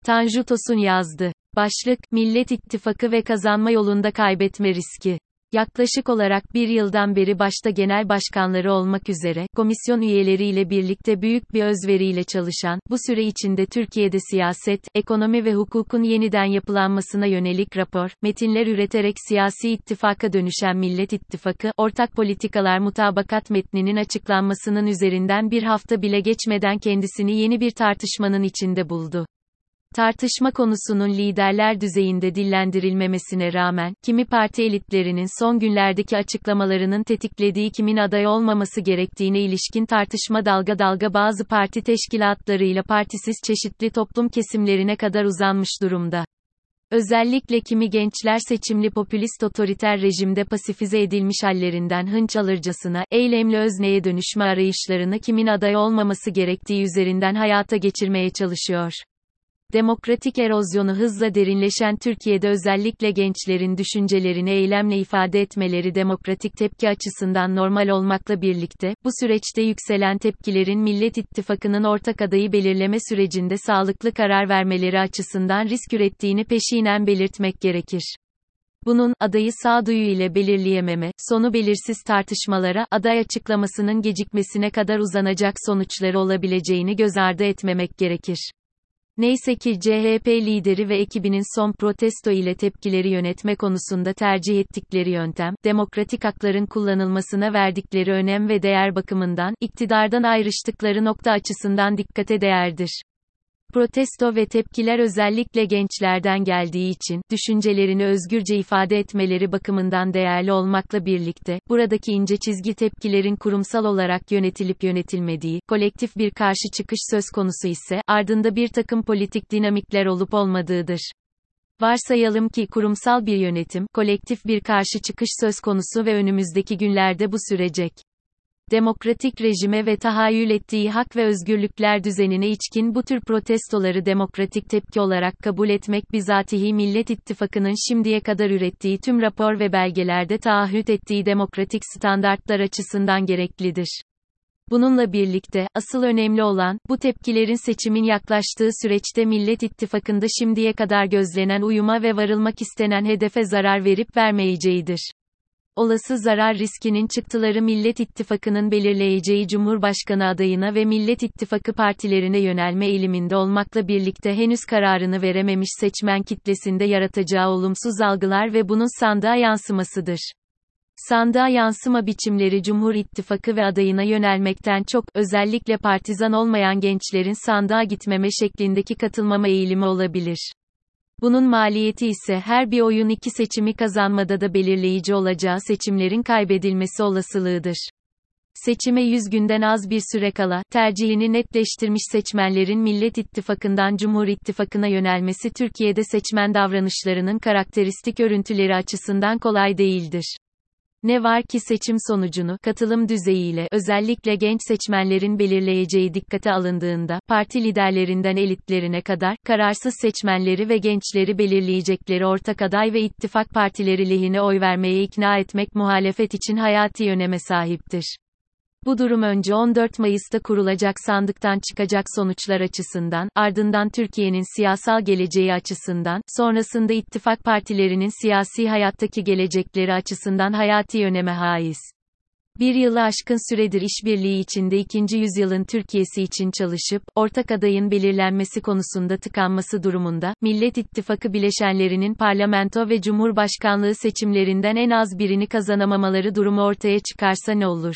Tanju Tosun yazdı. Başlık, Millet İttifakı ve kazanma yolunda kaybetme riski. Yaklaşık olarak bir yıldan beri başta genel başkanları olmak üzere, komisyon üyeleriyle birlikte büyük bir özveriyle çalışan, bu süre içinde Türkiye'de siyaset, ekonomi ve hukukun yeniden yapılanmasına yönelik rapor, metinler üreterek siyasi ittifaka dönüşen Millet İttifakı, ortak politikalar mutabakat metninin açıklanmasının üzerinden bir hafta bile geçmeden kendisini yeni bir tartışmanın içinde buldu. Tartışma konusunun liderler düzeyinde dillendirilmemesine rağmen, kimi parti elitlerinin son günlerdeki açıklamalarının tetiklediği kimin aday olmaması gerektiğine ilişkin tartışma dalga dalga bazı parti teşkilatlarıyla partisiz çeşitli toplum kesimlerine kadar uzanmış durumda. Özellikle kimi gençler seçimli popülist otoriter rejimde pasifize edilmiş hallerinden hınç alırcasına, eylemli özneye dönüşme arayışlarını kimin aday olmaması gerektiği üzerinden hayata geçirmeye çalışıyor. Demokratik erozyonu hızla derinleşen Türkiye'de özellikle gençlerin düşüncelerini eylemle ifade etmeleri demokratik tepki açısından normal olmakla birlikte, bu süreçte yükselen tepkilerin Millet İttifakı'nın ortak adayı belirleme sürecinde sağlıklı karar vermeleri açısından risk ürettiğini peşinen belirtmek gerekir. Bunun, adayı sağduyu ile belirleyememe, sonu belirsiz tartışmalara, aday açıklamasının gecikmesine kadar uzanacak sonuçları olabileceğini göz ardı etmemek gerekir. Neyse ki CHP lideri ve ekibinin son protesto ile tepkileri yönetme konusunda tercih ettikleri yöntem, demokratik hakların kullanılmasına verdikleri önem ve değer bakımından, iktidardan ayrıştıkları nokta açısından dikkate değerdir. Protesto ve tepkiler özellikle gençlerden geldiği için, düşüncelerini özgürce ifade etmeleri bakımından değerli olmakla birlikte, buradaki ince çizgi tepkilerin kurumsal olarak yönetilip yönetilmediği, kolektif bir karşı çıkış söz konusu ise, ardında bir takım politik dinamikler olup olmadığıdır. Varsayalım ki kurumsal bir yönetim, kolektif bir karşı çıkış söz konusu ve önümüzdeki günlerde bu sürecek. Demokratik rejime ve tahayyül ettiği hak ve özgürlükler düzenine içkin bu tür protestoları demokratik tepki olarak kabul etmek bizatihi Millet İttifakı'nın şimdiye kadar ürettiği tüm rapor ve belgelerde taahhüt ettiği demokratik standartlar açısından gereklidir. Bununla birlikte, asıl önemli olan, bu tepkilerin seçimin yaklaştığı süreçte Millet İttifakı'nda şimdiye kadar gözlenen uyuma ve varılmak istenen hedefe zarar verip vermeyeceğidir. Olası zarar riskinin çıktıları Millet İttifakı'nın belirleyeceği Cumhurbaşkanı adayına ve Millet İttifakı partilerine yönelme eğiliminde olmakla birlikte henüz kararını verememiş seçmen kitlesinde yaratacağı olumsuz algılar ve bunun sandığa yansımasıdır. Sandığa yansıma biçimleri Cumhur İttifakı ve adayına yönelmekten çok, özellikle partizan olmayan gençlerin sandığa gitmeme şeklindeki katılmama eğilimi olabilir. Bunun maliyeti ise her bir oyun iki seçimi kazanmada da belirleyici olacağı seçimlerin kaybedilmesi olasılığıdır. Seçime 100 günden az bir süre kala, tercihini netleştirmiş seçmenlerin Millet İttifakı'ndan Cumhur İttifakı'na yönelmesi Türkiye'de seçmen davranışlarının karakteristik örüntüleri açısından kolay değildir. Ne var ki seçim sonucunu, katılım düzeyiyle, özellikle genç seçmenlerin belirleyeceği dikkate alındığında, parti liderlerinden elitlerine kadar, kararsız seçmenleri ve gençleri belirleyecekleri ortak aday ve ittifak partileri lehine oy vermeye ikna etmek muhalefet için hayati öneme sahiptir. Bu durum önce 14 Mayıs'ta kurulacak sandıktan çıkacak sonuçlar açısından, ardından Türkiye'nin siyasal geleceği açısından, sonrasında ittifak partilerinin siyasi hayattaki gelecekleri açısından hayati öneme haiz. Bir yılı aşkın süredir işbirliği içinde 2. yüzyılın Türkiye'si için çalışıp, ortak adayın belirlenmesi konusunda tıkanması durumunda, Millet İttifakı bileşenlerinin parlamento ve cumhurbaşkanlığı seçimlerinden en az birini kazanamamaları durumu ortaya çıkarsa ne olur?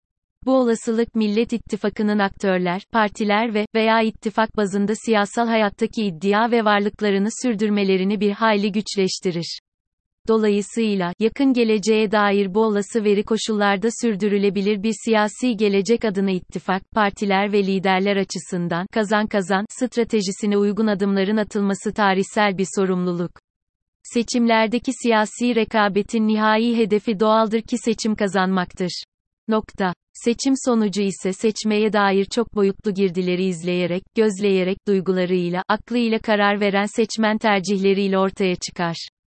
Bu olasılık Millet İttifakı'nın aktörler, partiler ve veya ittifak bazında siyasal hayattaki iddia ve varlıklarını sürdürmelerini bir hayli güçleştirir. Dolayısıyla, yakın geleceğe dair bu olası veri koşullarda sürdürülebilir bir siyasi gelecek adına ittifak, partiler ve liderler açısından kazan-kazan stratejisine uygun adımların atılması tarihsel bir sorumluluk. Seçimlerdeki siyasi rekabetin nihai hedefi doğaldır ki seçim kazanmaktır. Seçim sonucu ise seçmeye dair çok boyutlu girdileri izleyerek, gözleyerek, duygularıyla, aklıyla karar veren seçmen tercihleriyle ortaya çıkar.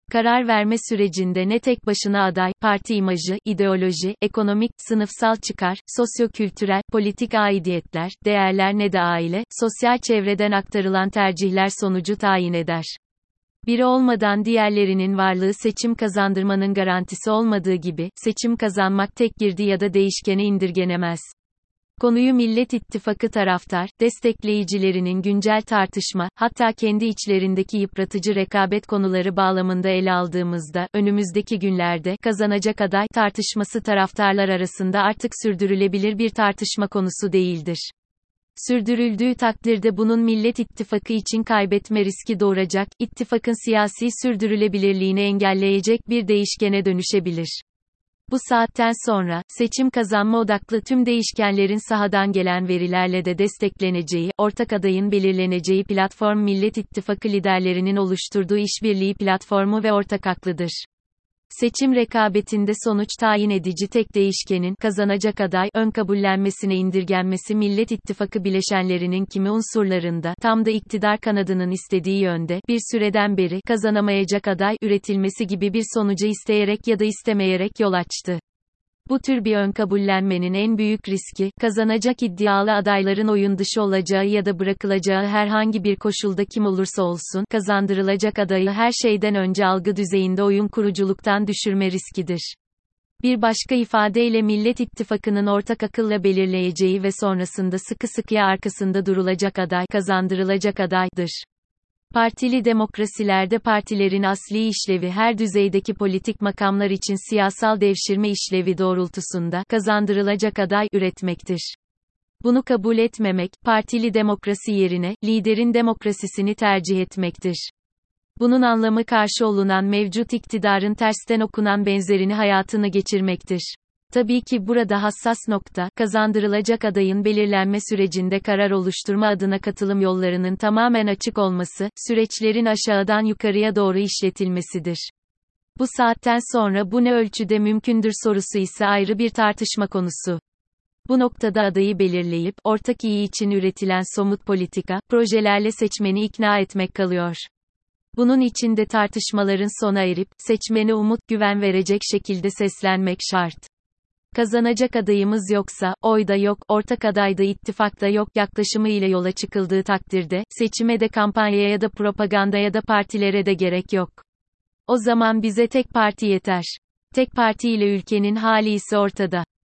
Karar verme sürecinde ne tek başına aday, parti imajı, ideoloji, ekonomik, sınıfsal çıkar, sosyo-kültürel, politik aidiyetler, değerler ne de aile, sosyal çevreden aktarılan tercihler sonucu tayin eder. Biri olmadan diğerlerinin varlığı seçim kazandırmanın garantisi olmadığı gibi, seçim kazanmak tek girdi ya da değişkene indirgenemez. Konuyu Millet İttifakı taraftar, destekleyicilerinin güncel tartışma, hatta kendi içlerindeki yıpratıcı rekabet konuları bağlamında ele aldığımızda, önümüzdeki günlerde, kazanacak aday, tartışması taraftarlar arasında artık sürdürülebilir bir tartışma konusu değildir. Sürdürüldüğü takdirde bunun Millet İttifakı için kaybetme riski doğuracak, ittifakın siyasi sürdürülebilirliğini engelleyecek bir değişkene dönüşebilir. Bu saatten sonra, seçim kazanma odaklı tüm değişkenlerin sahadan gelen verilerle de destekleneceği, ortak adayın belirleneceği platform Millet İttifakı liderlerinin oluşturduğu işbirliği platformu ve ortak aklıdır. Seçim rekabetinde sonuç tayin edici tek değişkenin, kazanacak aday, ön kabullenmesine indirgenmesi Millet İttifakı bileşenlerinin kimi unsurlarında, tam da iktidar kanadının istediği yönde, bir süreden beri, kazanamayacak aday, üretilmesi gibi bir sonuca isteyerek ya da istemeyerek yol açtı. Bu tür bir ön kabullenmenin en büyük riski, kazanacak iddialı adayların oyun dışı olacağı ya da bırakılacağı herhangi bir koşulda kim olursa olsun, kazandırılacak adayı her şeyden önce algı düzeyinde oyun kuruculuktan düşürme riskidir. Bir başka ifadeyle Millet İttifakı'nın ortak akılla belirleyeceği ve sonrasında sıkı sıkıya arkasında durulacak aday, kazandırılacak adaydır. Partili demokrasilerde partilerin asli işlevi her düzeydeki politik makamlar için siyasal devşirme işlevi doğrultusunda kazandırılacak aday üretmektir. Bunu kabul etmemek, partili demokrasi yerine liderin demokrasisini tercih etmektir. Bunun anlamı karşı olunan mevcut iktidarın tersten okunan benzerini hayatını geçirmektir. Tabii ki burada hassas nokta, kazandırılacak adayın belirlenme sürecinde karar oluşturma adına katılım yollarının tamamen açık olması, süreçlerin aşağıdan yukarıya doğru işletilmesidir. Bu saatten sonra bu ne ölçüde mümkündür sorusu ise ayrı bir tartışma konusu. Bu noktada adayı belirleyip, ortak iyi için üretilen somut politika, projelerle seçmeni ikna etmek kalıyor. Bunun için de tartışmaların sona erip, seçmene umut, güven verecek şekilde seslenmek şart. Kazanacak adayımız yoksa, oy da yok, ortak aday da ittifak da yok yaklaşımı ile yola çıkıldığı takdirde, seçime de kampanyaya ya da propagandaya da partilere de gerek yok. O zaman bize tek parti yeter. Tek parti ile ülkenin hali ise ortada.